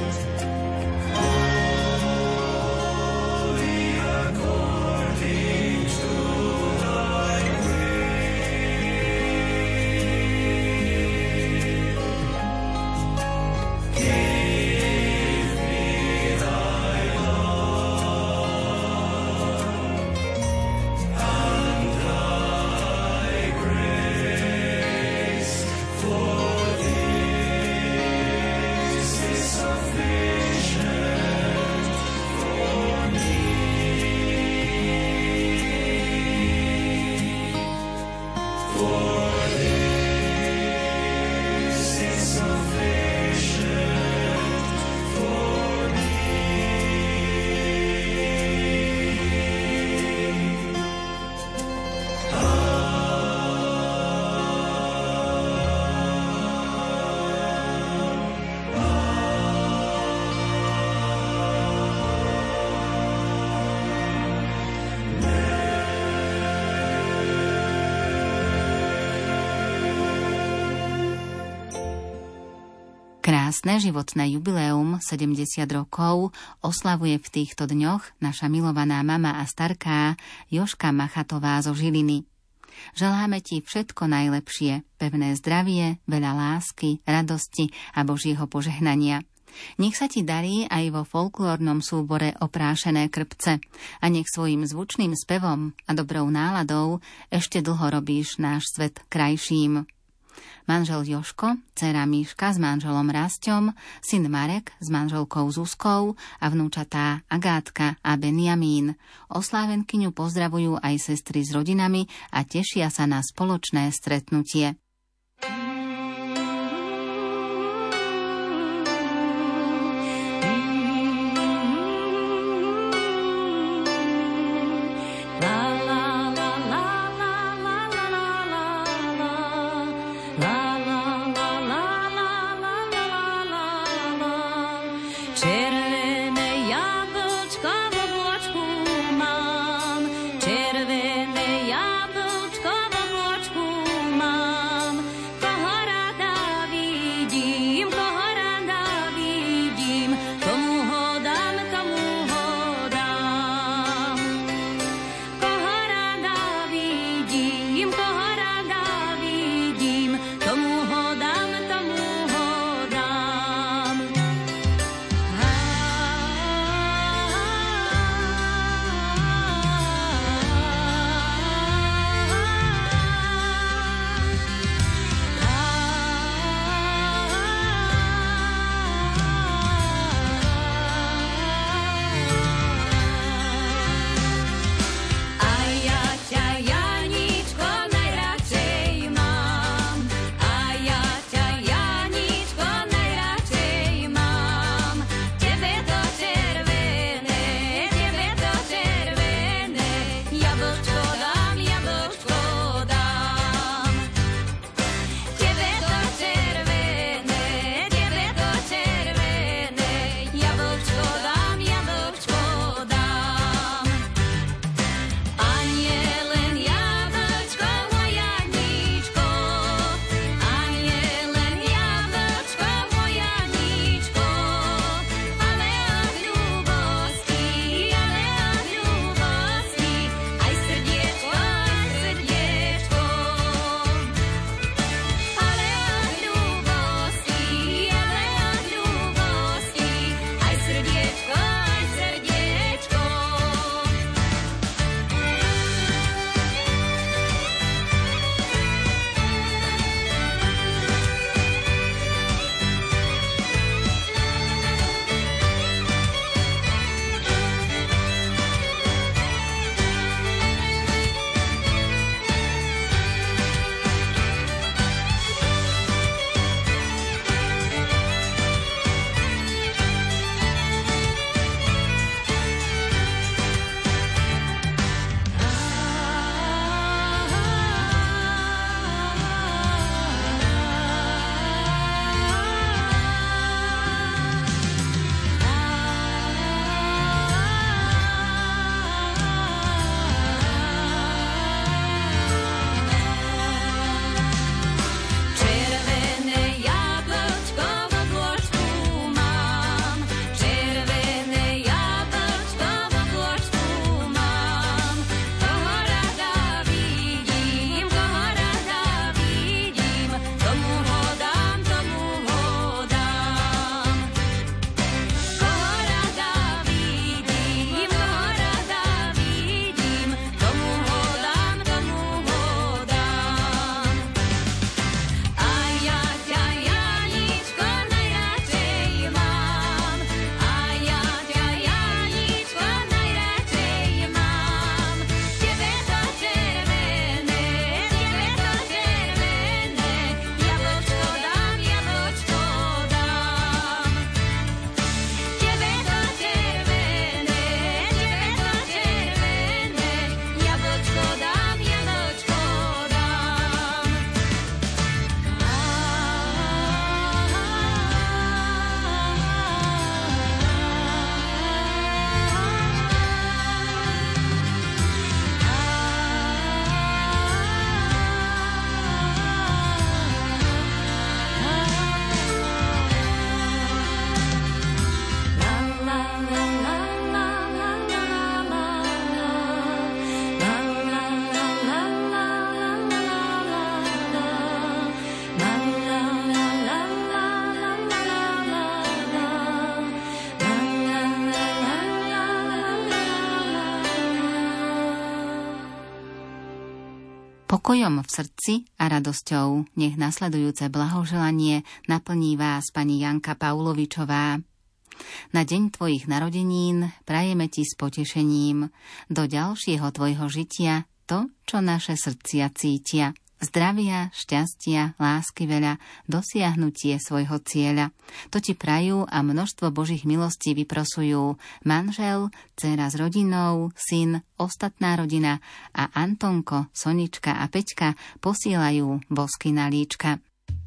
Wholly according to thy will. Give me thy love and thy grace, for this is sufficient for me. For this is sufficient for me. Krásne životné jubileum sedemdesiat rokov oslavuje v týchto dňoch naša milovaná mama a starká Jožka Machatová zo Žiliny. Želáme ti všetko najlepšie, pevné zdravie, veľa lásky, radosti a Božieho požehnania. Nech sa ti darí aj vo folklórnom súbore Oprášené krpce a nech svojim zvučným spevom a dobrou náladou ešte dlho robíš náš svet krajším. Manžel Jožko, dcéra Míška s manželom Rasťom, syn Marek s manželkou Zuzkou a vnúčatá Agátka a Benjamín. Oslávenkyňu pozdravujú aj sestry s rodinami a tešia sa na spoločné stretnutie. Červené jablčko v obločku mám. Pokojom v srdci a radosťou nech nasledujúce blahoželanie naplní vás pani Janka Paulovičová. Na deň tvojich narodenín prajeme ti s potešením do ďalšieho tvojho žitia to, čo naše srdcia cítia. Zdravia, šťastia, lásky veľa, dosiahnutie svojho cieľa. To ti prajú a množstvo Božích milostí vyprosujú manžel, dcéra s rodinou, syn, ostatná rodina a Antonko, Sonička a Peťka posielajú bosky na líčka.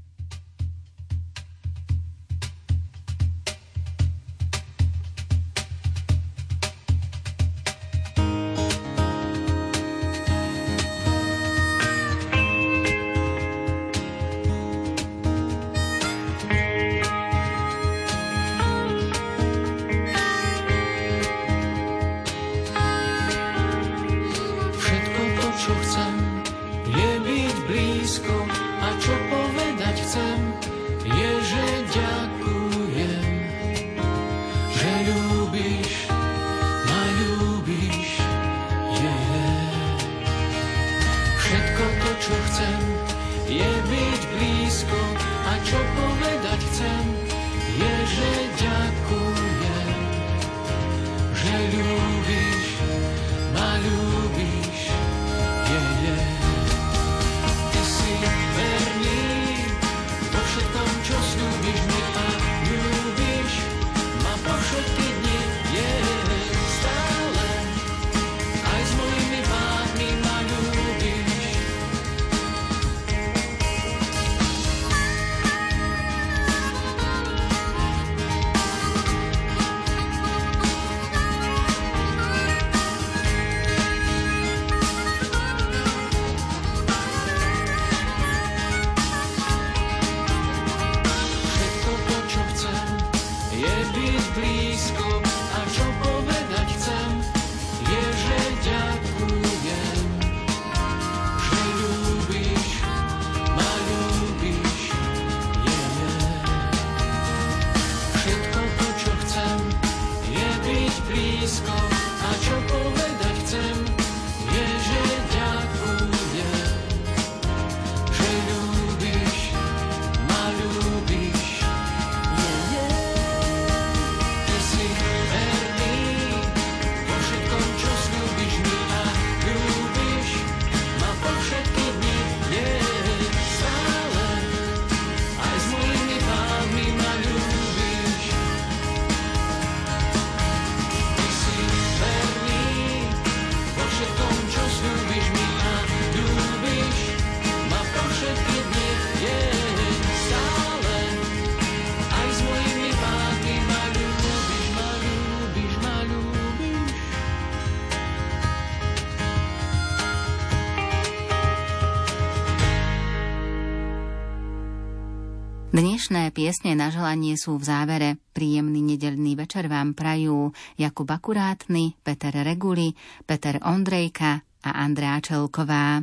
Dnešné piesne na želanie sú v závere. Príjemný nedeľný večer vám prajú Jakub Akurátny, Peter Reguli, Peter Ondrejka a Andrea Čelková.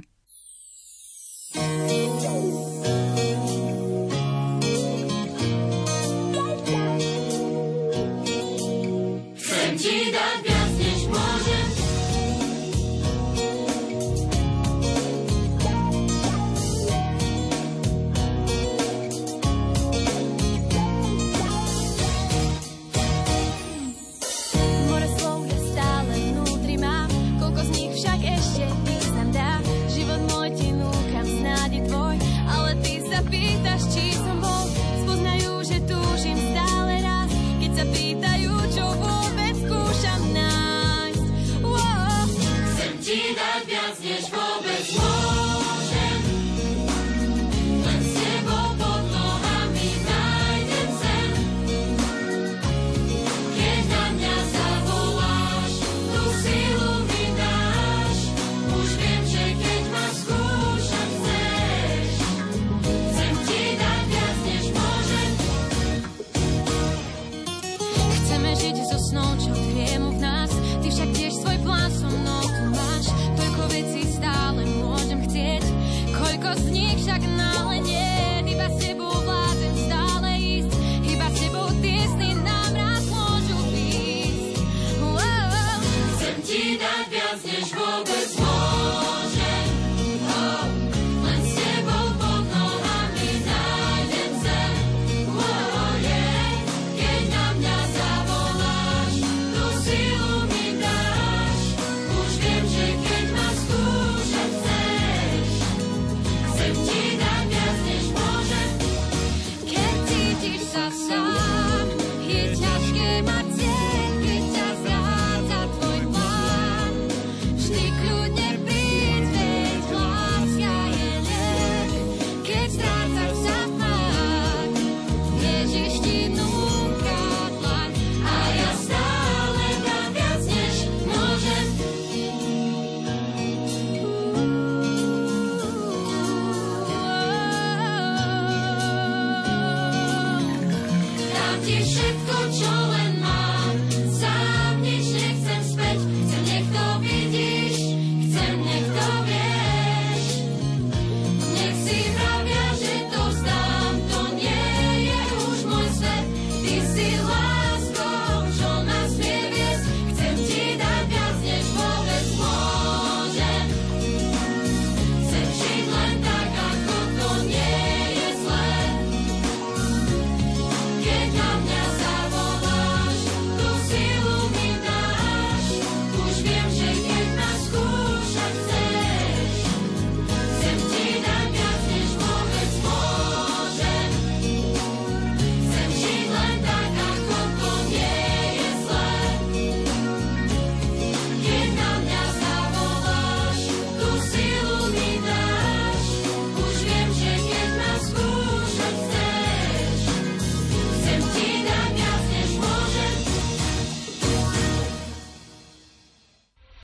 Chcem ti dať viac, než môžem. Viac než